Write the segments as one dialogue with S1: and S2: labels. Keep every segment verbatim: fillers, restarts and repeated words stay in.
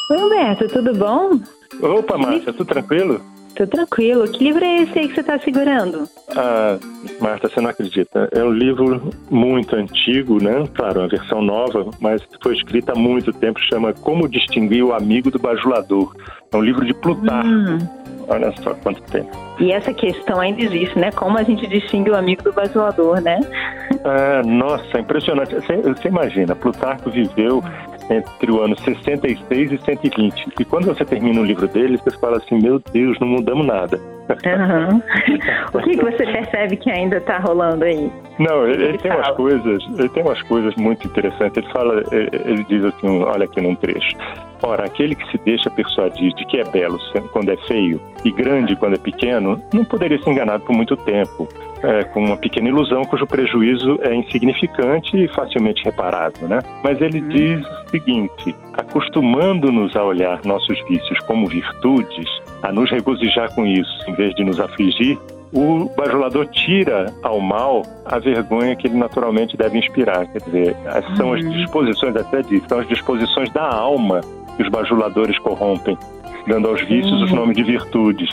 S1: Oi, Humberto, tudo bom?
S2: Opa, Márcia, tudo tranquilo?
S1: Tô tranquilo. Que livro é esse aí que você tá segurando?
S2: Ah, Marta, você não acredita. É um livro muito antigo, né? Claro, uma versão nova, mas foi escrita há muito tempo. Chama Como Distinguir o Amigo do Bajulador. É um livro de Plutarco. Hum. Olha só quanto tempo.
S1: E essa questão ainda existe, né? Como a gente distingue o amigo do bajulador, né?
S2: Ah, nossa, impressionante. Você, você imagina, Plutarco viveu entre o ano sessenta e seis e cento e vinte. E quando você termina o livro dele, você fala assim, meu Deus, não mudamos nada.
S1: Uhum. O que, que você percebe que ainda está rolando aí?
S2: Não, ele, ele tem umas coisas, ele tem umas coisas muito interessantes. Ele fala, ele, ele diz assim, olha aqui num trecho. Ora, aquele que se deixa persuadir de que é belo quando é feio e grande quando é pequeno, não poderia ser enganado por muito tempo, é, com uma pequena ilusão cujo prejuízo é insignificante e facilmente reparável, né? Mas ele hum. diz o seguinte, acostumando-nos a olhar nossos vícios como virtudes, a nos regozijar com isso, em vez de nos afligir, o bajulador tira ao mal a vergonha que ele naturalmente deve inspirar. Quer dizer, são uhum. as disposições, até disso, são as disposições da alma que os bajuladores corrompem, dando aos vícios uhum. os nomes de virtudes.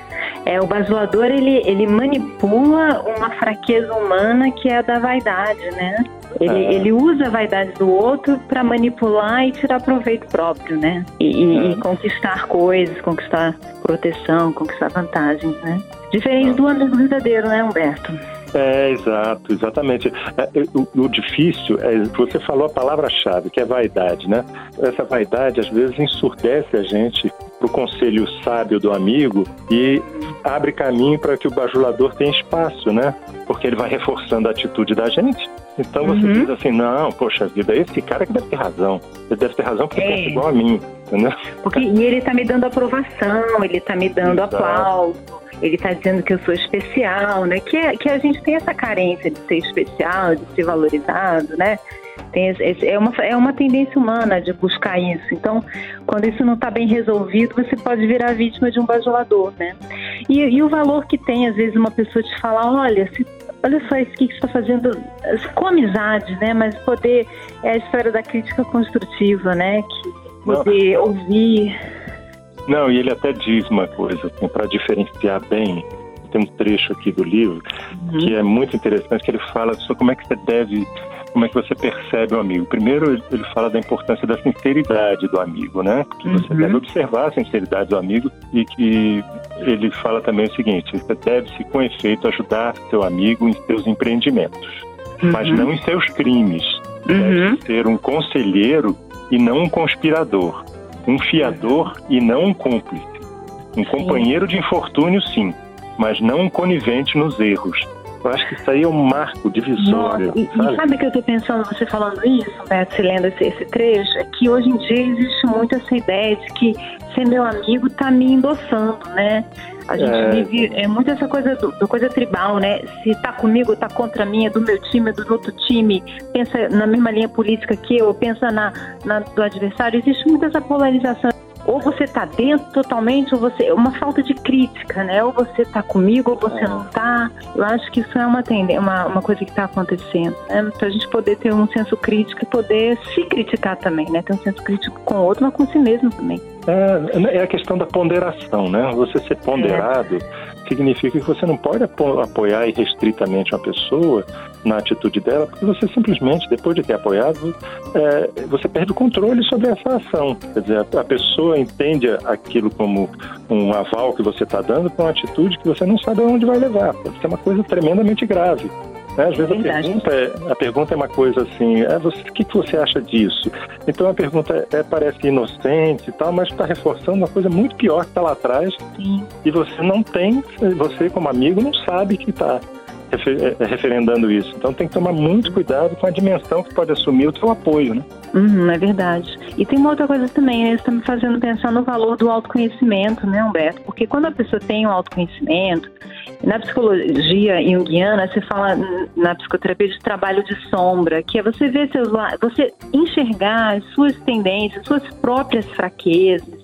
S1: É, o bajulador, ele, ele manipula uma fraqueza humana que é a da vaidade, né? Ele, é. ele usa a vaidade do outro para manipular e tirar proveito próprio, né? E, e, e conquistar coisas, conquistar proteção, conquistar vantagens, né? Diferente é. do amigo verdadeiro, né, Humberto?
S2: É, exato, exatamente. É, o, o difícil é, você falou a palavra-chave, que é vaidade, né? Essa vaidade, às vezes, ensurdece a gente para o conselho sábio do amigo e abre caminho para que o bajulador tenha espaço, né? Porque ele vai reforçando a atitude da gente. Então você uhum. diz assim, não, poxa vida, esse cara que deve ter razão. Ele deve ter razão porque é. pensa igual a mim, entendeu?
S1: Porque, e ele está me dando aprovação, ele está me dando Exato. aplauso. Ele está dizendo que eu sou especial, né? Que, é, que a gente tem essa carência de ser especial, de ser valorizado, né? Tem esse, é, uma, é uma tendência humana de buscar isso. Então, quando isso não está bem resolvido, você pode virar vítima de um bajulador, né? E, e o valor que tem, às vezes, uma pessoa te falar, olha, se, olha só isso que você está fazendo com amizade, né? Mas poder, é a esfera da crítica construtiva, né? Que poder não. ouvir...
S2: Não, e ele até diz uma coisa, assim, para diferenciar bem, tem um trecho aqui do livro uhum. que é muito interessante, que ele fala sobre como é que você deve, como é que você percebe o amigo. Primeiro, ele fala da importância da sinceridade do amigo, né? Que uhum. você deve observar a sinceridade do amigo e que ele fala também o seguinte, você deve-se, com efeito, ajudar seu amigo em seus empreendimentos, uhum. mas não em seus crimes. Uhum. Deve ser um conselheiro e não um conspirador. Um fiador e não um cúmplice. Um companheiro de infortúnio, sim, mas não um conivente nos erros. Eu acho que isso aí é um marco divisório.
S1: Nossa, e, sabe? E sabe o que eu estou pensando, você falando isso, Beto, você lendo esse, esse trecho? É que hoje em dia existe muito essa ideia de que ser meu amigo está me endossando, né? A gente é... vive é muito essa coisa do, do coisa tribal, né? Se tá comigo, tá contra mim, é do meu time, é do outro time, pensa na mesma linha política que eu, pensa na, na do adversário. Existe muito essa polarização. Ou você tá dentro totalmente, ou você... uma falta de crítica, né? Ou você tá comigo, ou você não tá. Eu acho que isso é uma tendência, uma, uma coisa que tá acontecendo, né? Pra gente poder ter um senso crítico e poder se criticar também, né? Ter um senso crítico com o outro, mas com si mesmo também.
S2: É, é a questão da ponderação, né? Você ser ponderado é. significa que você não pode apo- apoiar irrestritamente uma pessoa na atitude dela, porque você simplesmente, depois de ter apoiado, é, você perde o controle sobre essa ação. Quer dizer, a, a pessoa entende aquilo como um aval que você está dando para uma atitude que você não sabe aonde vai levar. Pode ser uma coisa tremendamente grave. Né? Às vezes a pergunta, é, a pergunta é uma coisa assim, é, você, o que, que você acha disso? Então a pergunta é, parece inocente e tal, mas está reforçando uma coisa muito pior que está lá atrás. Sim. E você não tem, você como amigo não sabe que está refer, referendando isso. Então tem que tomar muito cuidado com a dimensão que pode assumir o seu apoio, né?
S1: Uhum, é verdade. E tem uma outra coisa também, né? Isso está me fazendo pensar no valor do autoconhecimento, né, Humberto? Porque quando a pessoa tem um autoconhecimento, na psicologia junguiana, você fala na psicoterapia de trabalho de sombra, que é você ver seus lados, você enxergar as suas tendências, suas próprias fraquezas,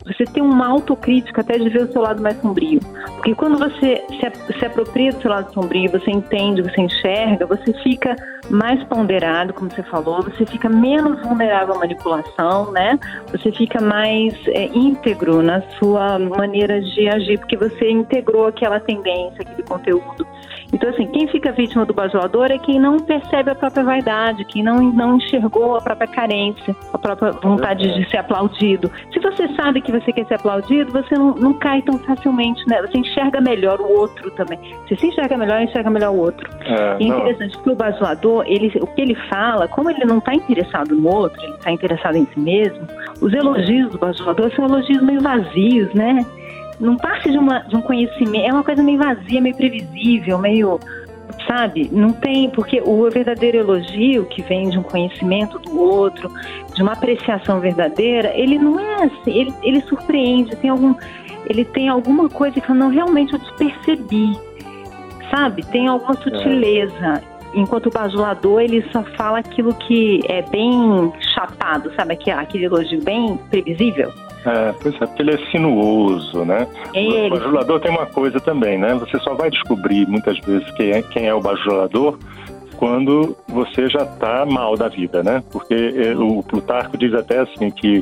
S1: você ter uma autocrítica até de ver o seu lado mais sombrio. Porque quando você se, se apropria do seu lado sombrio, você entende, você enxerga, você fica mais ponderado, como você falou, você fica menos vulnerável à manipulação, né? Você fica mais é, íntegro na sua maneira de agir, porque você integrou aquela tendência, aquele conteúdo. Então, assim, quem fica vítima do bajulador é quem não percebe a própria vaidade, quem não, não enxergou a própria carência, a própria vontade de ser aplaudido. Se você sabe que você quer ser aplaudido, você não, não cai tão facilmente, né? Você enxerga melhor o outro também. Você se enxerga melhor, enxerga melhor o outro. É, e é interessante que o bajulador, ele, o que ele fala, como ele não está interessado no outro, ele está interessado em si mesmo, os elogios do bajulador são elogios meio vazios, né? Não parte de, uma, de um conhecimento, é uma coisa meio vazia, meio previsível, meio, sabe? Não tem, porque o verdadeiro elogio que vem de um conhecimento do outro, de uma apreciação verdadeira, ele não é assim, ele, ele surpreende, tem algum, ele tem alguma coisa que não, realmente eu te percebi, sabe? Tem alguma sutileza. Enquanto o bajulador, ele só fala aquilo que é bem chapado, sabe? Aquele elogio bem previsível.
S2: É, pois é, porque ele é sinuoso, né? Ele. O bajulador tem uma coisa também, né? Você só vai descobrir muitas vezes quem é, quem é o bajulador quando você já está mal da vida, né? Porque o Plutarco diz até assim que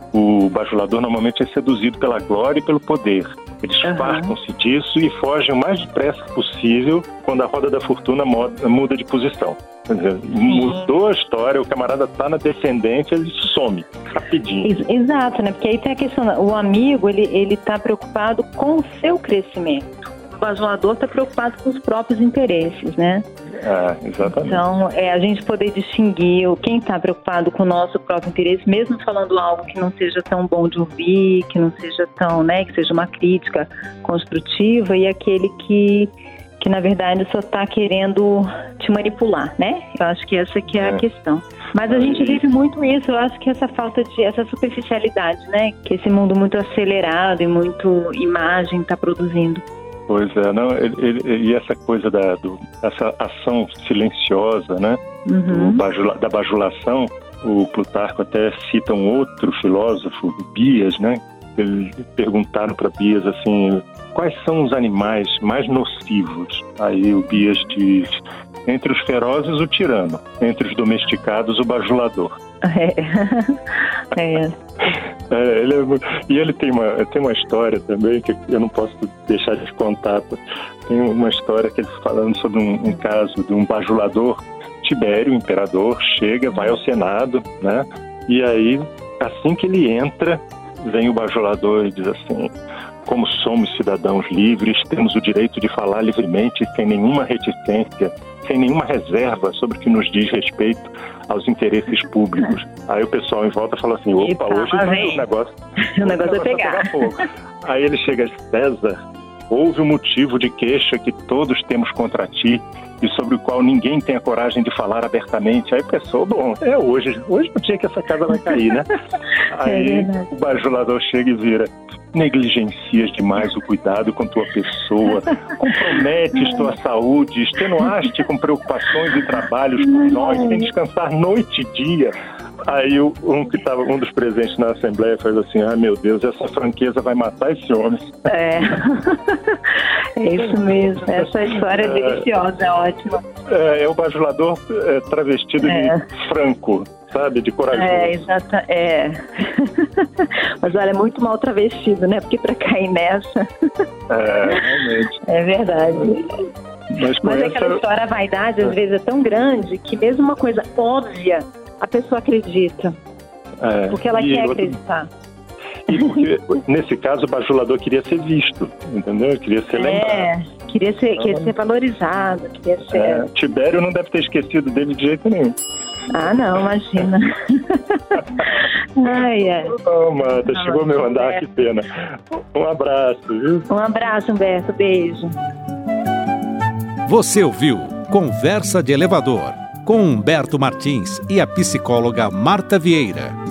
S2: o bajulador normalmente é seduzido pela glória e pelo poder. Eles uhum. fartam-se disso e fogem o mais depressa possível quando a roda da fortuna muda de posição. Quer dizer, mudou a história, o camarada está na descendência, ele some rapidinho.
S1: Exato, né? Porque aí tem a questão, o amigo, ele ele está preocupado com o seu crescimento. O bajulador está preocupado com os próprios interesses, né?
S2: Ah, exatamente.
S1: Então, é a gente poder distinguir quem está preocupado com o nosso próprio interesse, mesmo falando algo que não seja tão bom de ouvir, que não seja tão, né, que seja uma crítica construtiva, e aquele que, que na verdade só está querendo te manipular, né? Eu acho que essa que é, é a questão. Mas a gente vive muito isso, eu acho que essa falta de, essa superficialidade, né? Que esse mundo muito acelerado e muito imagem está produzindo.
S2: Pois é, não, ele, ele, e essa coisa da do, essa ação silenciosa, né,
S1: uhum.
S2: do bajula, da bajulação, o Plutarco até cita um outro filósofo, Bias, né, eles perguntaram para Bias assim, quais são os animais mais nocivos? Aí o Bias diz, entre os ferozes o tirano, entre os domesticados o bajulador.
S1: É. é.
S2: É, ele é, e ele tem uma, tem uma história também que eu não posso deixar de contar. Tem uma história que ele falando sobre um, um caso de um bajulador. Tibério, o imperador, chega, vai ao Senado, né? E aí, assim que ele entra, vem o bajulador e diz assim, como somos cidadãos livres, temos o direito de falar livremente, sem nenhuma reticência, sem nenhuma reserva sobre o que nos diz respeito aos interesses públicos. Aí o pessoal em volta fala assim, opa,
S1: Eita,
S2: hoje o negócio,
S1: o negócio é pegar.
S2: fogo. Aí ele chega, César, houve um motivo de queixa que todos temos contra ti e sobre o qual ninguém tem a coragem de falar abertamente. Aí o pessoal, bom, é hoje, hoje no dia que essa casa vai cair, né? Aí é o bajulador chega e vira, negligencias demais o cuidado com tua pessoa, comprometes tua saúde, extenuaste com preocupações e trabalhos por nós, sem descansar noite e dia. Aí um, que tava, um dos presentes na Assembleia faz assim, ah, meu Deus, essa franqueza vai matar esse homem.
S1: É, é isso mesmo, essa história é, é deliciosa, é ótima.
S2: É, é o bajulador é, travestido é. de franco, sabe, de corajoso.
S1: É, exato, é. Mas olha, é muito mal travestido, né, porque pra cair nessa...
S2: É, realmente.
S1: É verdade.
S2: Mas,
S1: Mas
S2: essa...
S1: aquela história, a vaidade, às vezes, é tão grande que mesmo uma coisa óbvia, a pessoa acredita. É, porque ela quer outro... acreditar.
S2: E porque, nesse caso, o bajulador queria ser visto, entendeu? Queria ser lembrado.
S1: É, queria ser, queria ser valorizado, queria ser...
S2: É, Tibério não deve ter esquecido dele de jeito nenhum.
S1: Ah, não, imagina. Ai, ai.
S2: Oh, Marta, chegou meu andar, que pena. Um abraço, viu?
S1: Um abraço, Humberto, beijo.
S3: Você ouviu Conversa de Elevador, com Humberto Martins e a psicóloga Marta Vieira.